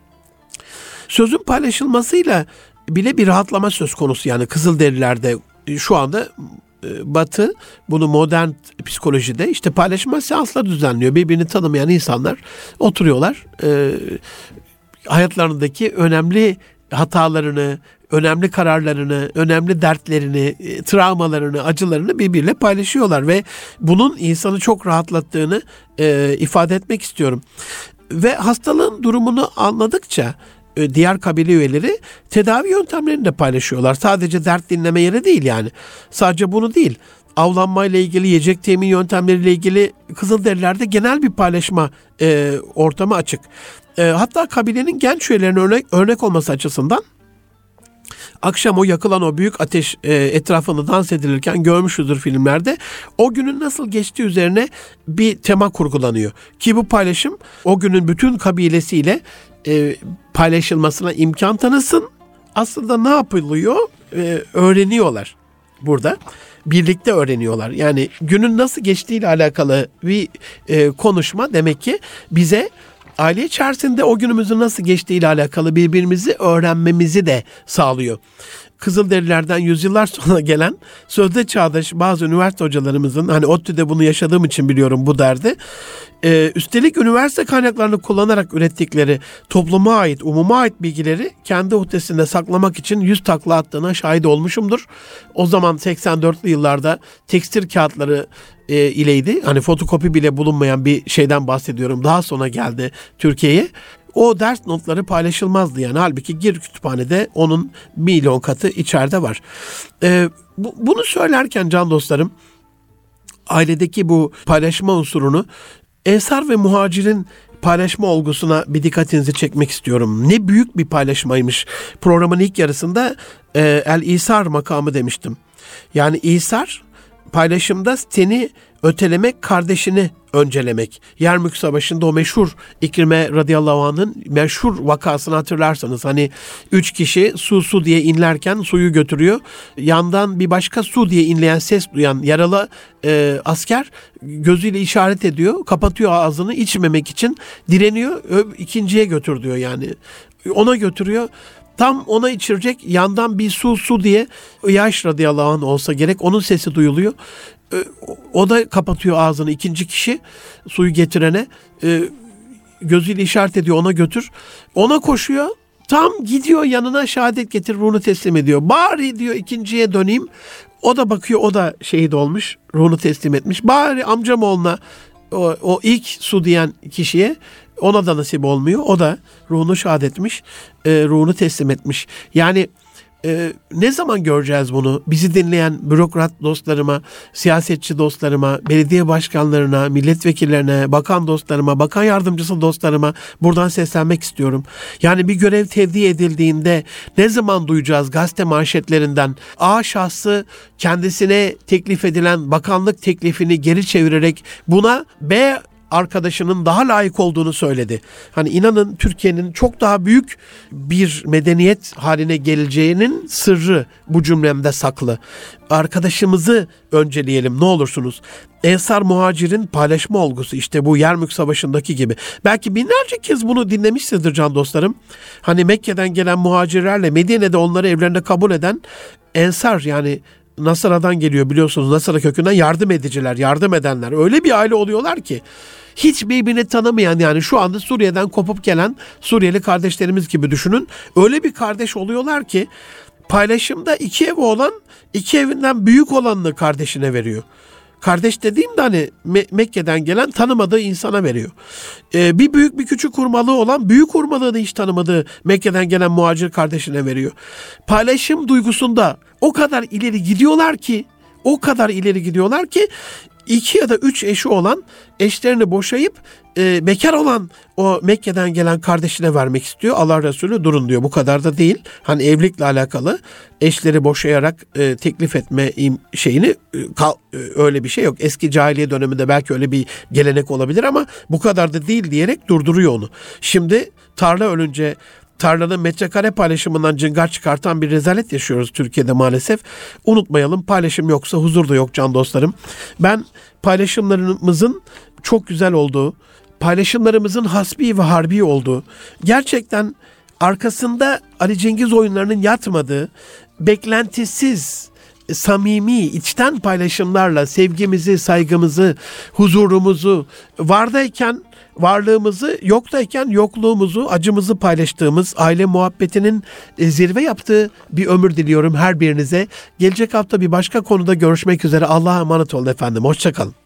Sözün paylaşılmasıyla bile bir rahatlama söz konusu. Yani Kızılderililerde şu anda Batı bunu modern psikolojide işte paylaşma seansları düzenliyor. Birbirini tanımayan insanlar oturuyorlar. Hayatlarındaki önemli hatalarını, önemli kararlarını, önemli dertlerini, travmalarını, acılarını birbiriyle paylaşıyorlar ve bunun insanı çok rahatlattığını ifade etmek istiyorum. Ve hastalığın durumunu anladıkça diğer kabile üyeleri tedavi yöntemlerini de paylaşıyorlar. Sadece dert dinleme yeri değil yani. Sadece bunu değil. Avlanmayla ilgili, yiyecek temin yöntemleriyle ilgili Kızılderililerde genel bir paylaşma ortamı açık. Hatta kabilenin genç üyelerine örnek olması açısından akşam o yakılan o büyük ateş etrafında dans edilirken görmüşüzdür filmlerde. O günün nasıl geçtiği üzerine bir tema kurgulanıyor. Ki bu paylaşım o günün bütün kabilesiyle paylaşılmasına imkan tanısın. Aslında ne yapılıyor? Öğreniyorlar burada. Birlikte öğreniyorlar. Yani günün nasıl geçtiğiyle alakalı bir konuşma demek ki bize aile içerisinde o günümüzün nasıl geçtiğiyle alakalı birbirimizi öğrenmemizi de sağlıyor. Kızılderililerden yüzyıllar sonra gelen sözde çağdaş bazı üniversite hocalarımızın, hani ODTÜ'de bunu yaşadığım için biliyorum bu derdi. Üstelik üniversite kaynaklarını kullanarak ürettikleri topluma ait, umuma ait bilgileri kendi uhdesinde saklamak için 100 takla attığına şahit olmuşumdur. O zaman 84'lü yıllarda tekstil kağıtları ileydi. Hani fotokopi bile bulunmayan bir şeyden bahsediyorum. Daha sonra geldi Türkiye'ye. O ders notları paylaşılmazdı yani. Halbuki gir kütüphanede onun milyon katı içeride var. Bunu söylerken can dostlarım, ailedeki bu paylaşma unsurunu, Ensar ve Muhacir'in paylaşma olgusuna bir dikkatinizi çekmek istiyorum. Ne büyük bir paylaşmaymış. Programın ilk yarısında el-İsar makamı demiştim. Yani İsar, paylaşımda seni ötelemek, kardeşini öncelemek. Yermük Savaşı'nda o meşhur İkrime radıyallahu anh'ın meşhur vakasını hatırlarsanız, hani 3 kişi su diye inlerken suyu götürüyor. Yandan bir başka su diye inleyen ses duyan yaralı asker gözüyle işaret ediyor. Kapatıyor ağzını, içmemek için direniyor. İkinciye götür diyor yani. Ona götürüyor. Tam ona içirecek, yandan bir su diye Yaş radıyallahu anh olsa gerek, onun sesi duyuluyor. O da kapatıyor ağzını, ikinci kişi suyu getirene gözüyle işaret ediyor, ona götür. Ona koşuyor, tam gidiyor yanına, şehadet getir, ruhunu teslim ediyor. Bari diyor ikinciye döneyim. O da bakıyor, o da şehit olmuş, ruhunu teslim etmiş. Bari amcamoğluna, o ilk su diyen kişiye, ona da nasip olmuyor. O da ruhunu şehadetmiş, ruhunu teslim etmiş. Yani ne zaman göreceğiz bunu? Bizi dinleyen bürokrat dostlarıma, siyasetçi dostlarıma, belediye başkanlarına, milletvekillerine, bakan dostlarıma, bakan yardımcısı dostlarıma buradan seslenmek istiyorum. Yani bir görev tevdi edildiğinde ne zaman duyacağız gazete manşetlerinden? A şahsı kendisine teklif edilen bakanlık teklifini geri çevirerek buna B arkadaşının daha layık olduğunu söyledi. Hani inanın Türkiye'nin çok daha büyük bir medeniyet haline geleceğinin sırrı bu cümlemde saklı. Arkadaşımızı önceleyelim ne olursunuz. Ensar Muhacir'in paylaşma olgusu, işte bu Yermük Savaşı'ndaki gibi. Belki binlerce kez bunu dinlemişsinizdir can dostlarım. Hani Mekke'den gelen muhacirlerle Medine'de onları evlerine kabul eden Ensar, yani Nasıra'dan geliyor biliyorsunuz. Nasıra kökünden yardım ediciler, yardım edenler. Öyle bir aile oluyorlar ki hiç birbirini tanımayan, yani şu anda Suriye'den kopup gelen Suriyeli kardeşlerimiz gibi düşünün. Öyle bir kardeş oluyorlar ki paylaşımda iki evi olan, iki evinden büyük olanını kardeşine veriyor. Kardeş dediğim de hani Mekke'den gelen tanımadığı insana veriyor. Bir büyük bir küçük hurmalığı olan büyük hurmalığını hiç tanımadığı Mekke'den gelen muhacir kardeşine veriyor. Paylaşım duygusunda o kadar ileri gidiyorlar ki 2 ya da 3 eşi olan eşlerini boşayıp bekar olan o Mekke'den gelen kardeşine vermek istiyor. Allah Resulü durun diyor, bu kadar da değil. Hani evlilikle alakalı eşleri boşayarak teklif etme şeyini öyle bir şey yok. Eski cahiliye döneminde belki öyle bir gelenek olabilir ama bu kadar da değil diyerek durduruyor onu. Şimdi tarla ölünce tarlanın metrekare paylaşımından cıngar çıkartan bir rezalet yaşıyoruz Türkiye'de maalesef. Unutmayalım, paylaşım yoksa huzur da yok can dostlarım. Ben paylaşımlarımızın çok güzel olduğu, paylaşımlarımızın hasbi ve harbi olduğu, gerçekten arkasında Ali Cengiz oyunlarının yatmadığı, beklentisiz, samimi, içten paylaşımlarla sevgimizi, saygımızı, huzurumuzu, vardayken varlığımızı, yoktayken yokluğumuzu, acımızı paylaştığımız, aile muhabbetinin zirve yaptığı bir ömür diliyorum her birinize. Gelecek hafta bir başka konuda görüşmek üzere. Allah'a emanet olun efendim. Hoşça kalın.